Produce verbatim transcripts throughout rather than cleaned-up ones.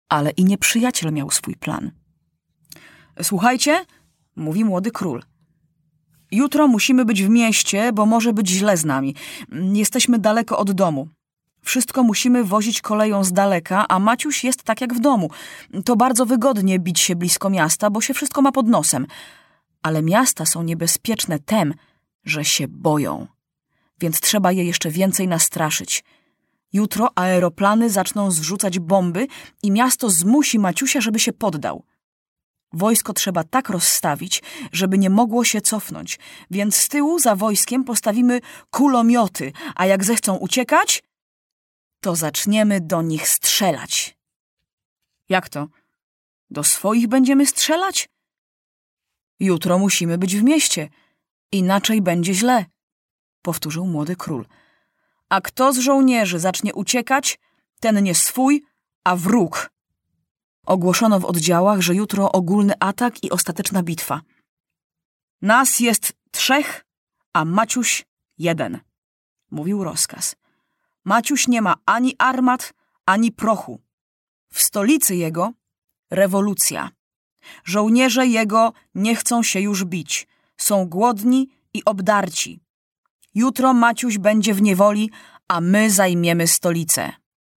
ale i nieprzyjaciel miał swój plan. Słuchajcie, mówi młody król. Jutro musimy być w mieście, bo może być źle z nami. Jesteśmy daleko od domu. Wszystko musimy wozić koleją z daleka, a Maciuś jest tak jak w domu. To bardzo wygodnie bić się blisko miasta, bo się wszystko ma pod nosem. Ale miasta są niebezpieczne tem, że się boją. Więc trzeba je jeszcze więcej nastraszyć. Jutro aeroplany zaczną zrzucać bomby i miasto zmusi Maciusia, żeby się poddał. Wojsko trzeba tak rozstawić, żeby nie mogło się cofnąć, więc z tyłu za wojskiem postawimy kulomioty, a jak zechcą uciekać, to zaczniemy do nich strzelać. Jak to? Do swoich będziemy strzelać? Jutro musimy być w mieście, inaczej będzie źle, powtórzył młody król. A kto z żołnierzy zacznie uciekać, ten nie swój, a wróg. Ogłoszono w oddziałach, że jutro ogólny atak i ostateczna bitwa. Nas jest trzech, a Maciuś jeden, mówił rozkaz. Maciuś nie ma ani armat, ani prochu. W stolicy jego rewolucja. Żołnierze jego nie chcą się już bić. Są głodni i obdarci. Jutro Maciuś będzie w niewoli, a my zajmiemy stolicę.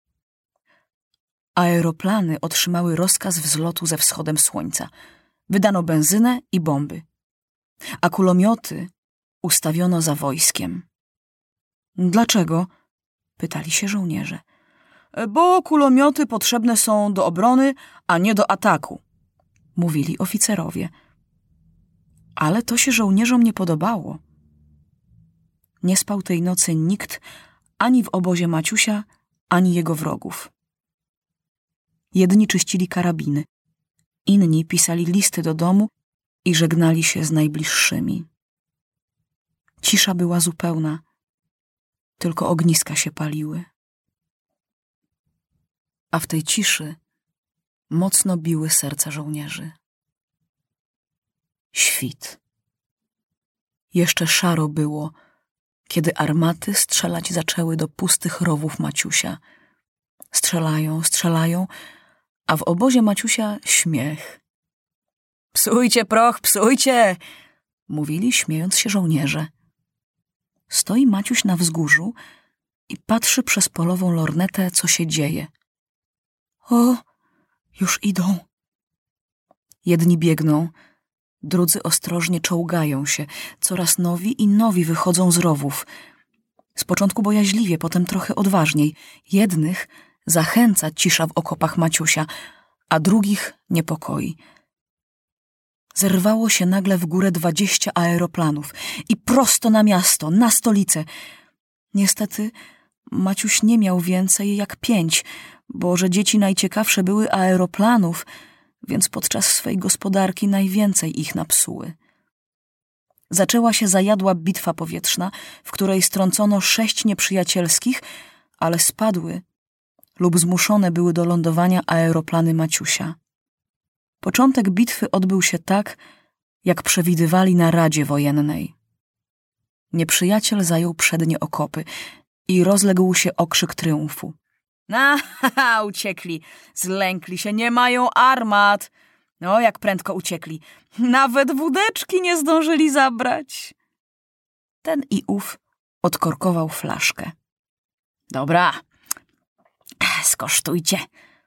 Aeroplany otrzymały rozkaz wzlotu ze wschodem słońca. Wydano benzynę i bomby. A kulomioty ustawiono za wojskiem. Dlaczego? Pytali się żołnierze. Bo kulomioty potrzebne są do obrony, a nie do ataku, mówili oficerowie. Ale to się żołnierzom nie podobało. Nie spał tej nocy nikt ani w obozie Maciusia, ani jego wrogów. Jedni czyścili karabiny, inni pisali listy do domu i żegnali się z najbliższymi. Cisza była zupełna, tylko ogniska się paliły. A w tej ciszy mocno biły serca żołnierzy. Świt. Jeszcze szaro było, kiedy armaty strzelać zaczęły do pustych rowów Maciusia. Strzelają, strzelają, a w obozie Maciusia śmiech. Psujcie proch, psujcie! Mówili, śmiejąc się żołnierze. Stoi Maciuś na wzgórzu i patrzy przez polową lornetę, co się dzieje. O, już idą. Jedni biegną, drudzy ostrożnie czołgają się. Coraz nowi i nowi wychodzą z rowów. Z początku bojaźliwie, potem trochę odważniej. Jednych zachęca cisza w okopach Maciusia, a drugich niepokoi. Zerwało się nagle w górę dwadzieścia aeroplanów i prosto na miasto, na stolicę. Niestety Maciuś nie miał więcej jak pięć, bo że dzieci najciekawsze były aeroplanów, więc podczas swej gospodarki najwięcej ich napsuły. Zaczęła się zajadła bitwa powietrzna, w której strącono sześć nieprzyjacielskich, ale spadły lub zmuszone były do lądowania aeroplany Maciusia. Początek bitwy odbył się tak, jak przewidywali na Radzie Wojennej. Nieprzyjaciel zajął przednie okopy i rozległ się okrzyk triumfu. Na, haha, uciekli, zlękli się, nie mają armat. No, jak prędko uciekli. Nawet wódeczki nie zdążyli zabrać. Ten i ów odkorkował flaszkę. Dobra, skosztujcie.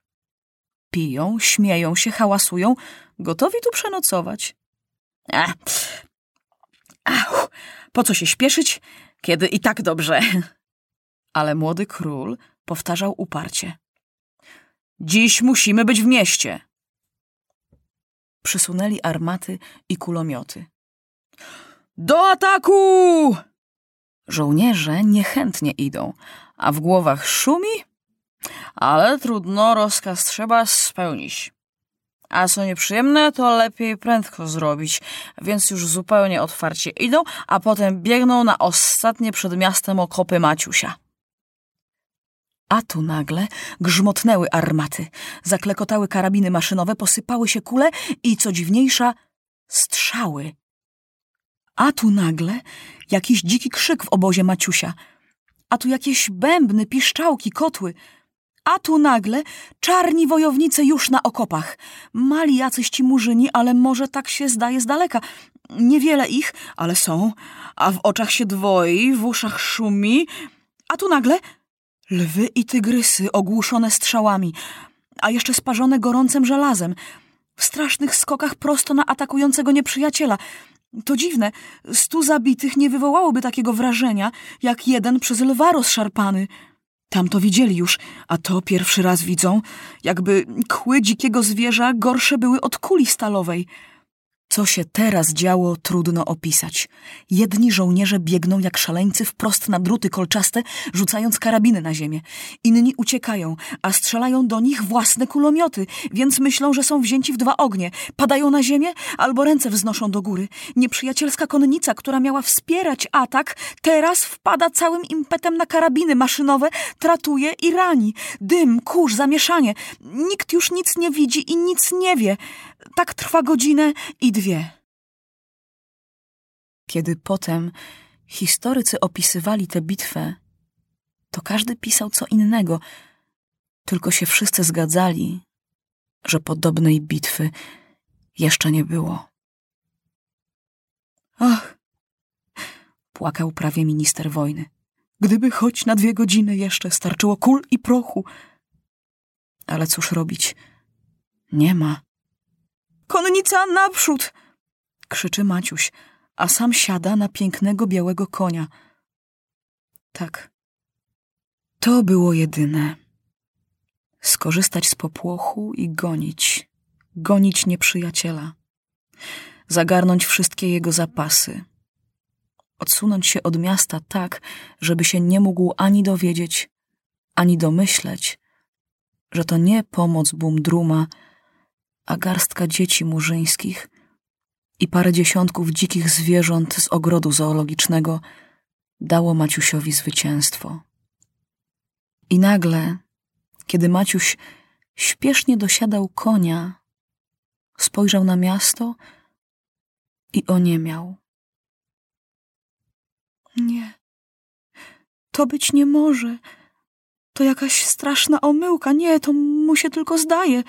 Piją, śmieją się, hałasują, gotowi tu przenocować. Ach, ach, po co się śpieszyć, kiedy i tak dobrze? Ale młody król powtarzał uparcie. Dziś musimy być w mieście. Przysunęli armaty i kulomioty. Do ataku! Żołnierze niechętnie idą, a w głowach szumi? Ale trudno, rozkaz trzeba spełnić. A co nieprzyjemne, to lepiej prędko zrobić, więc już zupełnie otwarcie idą, a potem biegną na ostatnie przed miastem okopy Maciusia. A tu nagle grzmotnęły armaty, zaklekotały karabiny maszynowe, posypały się kule i, co dziwniejsza, strzały. A tu nagle jakiś dziki krzyk w obozie Maciusia, a tu jakieś bębny, piszczałki, kotły, A tu nagle czarni wojownicy już na okopach. Mali jacyś ci murzyni, ale może tak się zdaje z daleka. Niewiele ich, ale są, a w oczach się dwoi, w uszach szumi. A tu nagle lwy i tygrysy ogłuszone strzałami, a jeszcze sparzone gorącym żelazem, w strasznych skokach prosto na atakującego nieprzyjaciela. To dziwne, stu zabitych nie wywołałoby takiego wrażenia, jak jeden przez lwa rozszarpany. Tam to widzieli już, a to pierwszy raz widzą, jakby kły dzikiego zwierza gorsze były od kuli stalowej. Co się teraz działo, trudno opisać. Jedni żołnierze biegną jak szaleńcy wprost na druty kolczaste, rzucając karabiny na ziemię. Inni uciekają, a strzelają do nich własne kulomioty, więc myślą, że są wzięci w dwa ognie. Padają na ziemię albo ręce wznoszą do góry. Nieprzyjacielska konnica, która miała wspierać atak, teraz wpada całym impetem na karabiny maszynowe, tratuje i rani. Dym, kurz, zamieszanie. Nikt już nic nie widzi i nic nie wie. Tak trwa godzinę i dwie. Kiedy potem historycy opisywali tę bitwę, to każdy pisał co innego, tylko się wszyscy zgadzali, że podobnej bitwy jeszcze nie było. Ach, płakał prawie minister wojny. Gdyby choć na dwie godziny jeszcze starczyło kul i prochu. Ale cóż robić? Nie ma. Konnica naprzód! Krzyczy Maciuś, a sam siada na pięknego białego konia. Tak, to było jedyne. Skorzystać z popłochu i gonić. Gonić nieprzyjaciela. Zagarnąć wszystkie jego zapasy. Odsunąć się od miasta tak, żeby się nie mógł ani dowiedzieć, ani domyśleć, że to nie pomoc Bumdruma, a garstka dzieci murzyńskich i parę dziesiątków dzikich zwierząt z ogrodu zoologicznego dało Maciusiowi zwycięstwo. I nagle, kiedy Maciuś śpiesznie dosiadał konia, spojrzał na miasto i oniemiał. Nie, to być nie może. To jakaś straszna omyłka. Nie, to mu się tylko zdaje.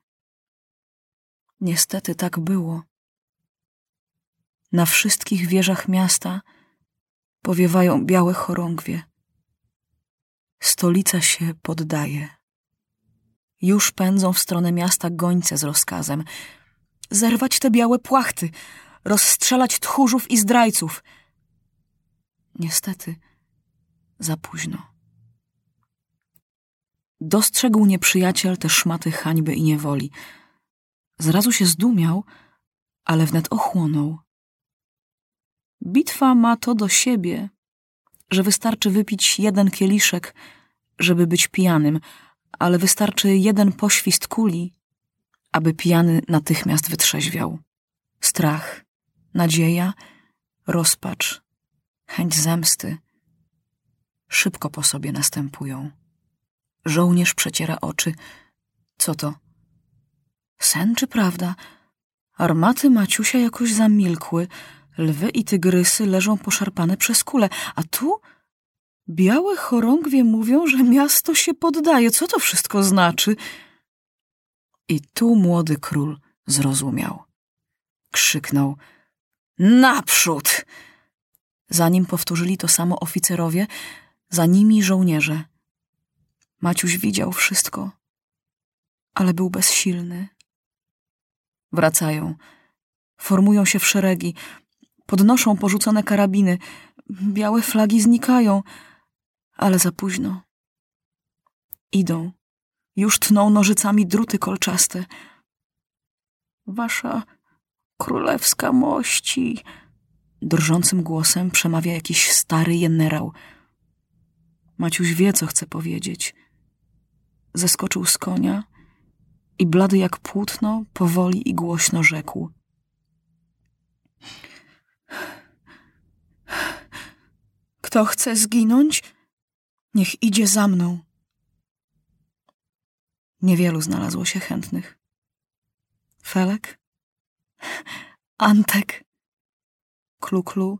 Niestety tak było. Na wszystkich wieżach miasta powiewają białe chorągwie. Stolica się poddaje. Już pędzą w stronę miasta gońce z rozkazem zerwać te białe płachty, rozstrzelać tchórzów i zdrajców. Niestety za późno. Dostrzegł nieprzyjaciel te szmaty hańby i niewoli. Zrazu się zdumiał, ale wnet ochłonął. Bitwa ma to do siebie, że wystarczy wypić jeden kieliszek, żeby być pijanym, ale wystarczy jeden poświst kuli, aby pijany natychmiast wytrzeźwiał. Strach, nadzieja, rozpacz, chęć zemsty szybko po sobie następują. Żołnierz przeciera oczy. Co to? Sen czy prawda? Armaty Maciusia jakoś zamilkły. Lwy i tygrysy leżą poszarpane przez kule. A tu białe chorągwie mówią, że miasto się poddaje. Co to wszystko znaczy? I tu młody król zrozumiał. Krzyknął: naprzód! Zanim powtórzyli to samo oficerowie, za nimi żołnierze. Maciuś widział wszystko, ale był bezsilny. Wracają, formują się w szeregi, podnoszą porzucone karabiny, białe flagi znikają, ale za późno. Idą, już tną nożycami druty kolczaste. Wasza królewska mości, drżącym głosem przemawia jakiś stary jenerał. Maciuś wie, co chce powiedzieć. Zeskoczył z konia i blady jak płótno powoli i głośno rzekł: kto chce zginąć, niech idzie za mną. Niewielu znalazło się chętnych. Felek, Antek, Kluklu,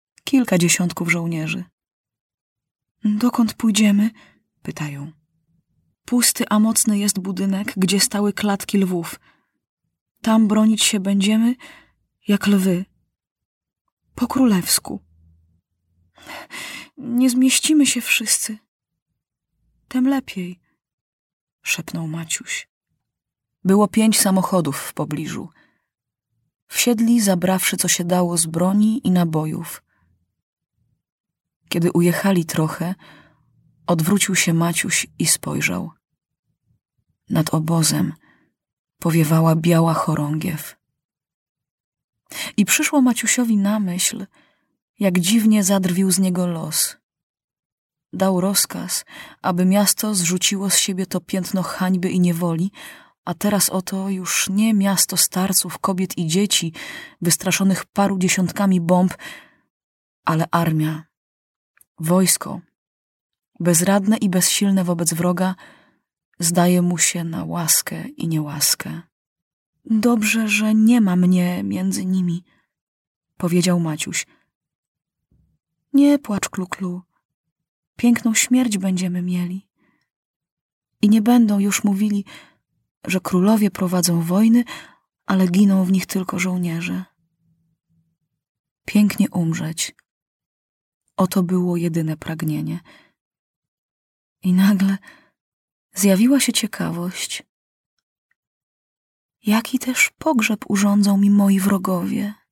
kilka dziesiątków żołnierzy. Dokąd pójdziemy? Pytają. Pusty, a mocny jest budynek, gdzie stały klatki lwów. Tam bronić się będziemy, jak lwy. Po królewsku. Nie zmieścimy się wszyscy. Tem lepiej, szepnął Maciuś. Było pięć samochodów w pobliżu. Wsiedli, zabrawszy co się dało z broni i nabojów. Kiedy ujechali trochę, odwrócił się Maciuś i spojrzał. Nad obozem powiewała biała chorągiew. I przyszło Maciusiowi na myśl, jak dziwnie zadrwił z niego los. Dał rozkaz, aby miasto zrzuciło z siebie to piętno hańby i niewoli, a teraz oto już nie miasto starców, kobiet i dzieci, wystraszonych paru dziesiątkami bomb, ale armia, wojsko, bezradne i bezsilne wobec wroga, zdaje mu się na łaskę i niełaskę. Dobrze, że nie ma mnie między nimi, powiedział Maciuś. Nie płacz, Kluklu. Piękną śmierć będziemy mieli. I nie będą już mówili, że królowie prowadzą wojny, ale giną w nich tylko żołnierze. Pięknie umrzeć. Oto było jedyne pragnienie. I nagle zjawiła się ciekawość. Jaki też pogrzeb urządzą mi moi wrogowie?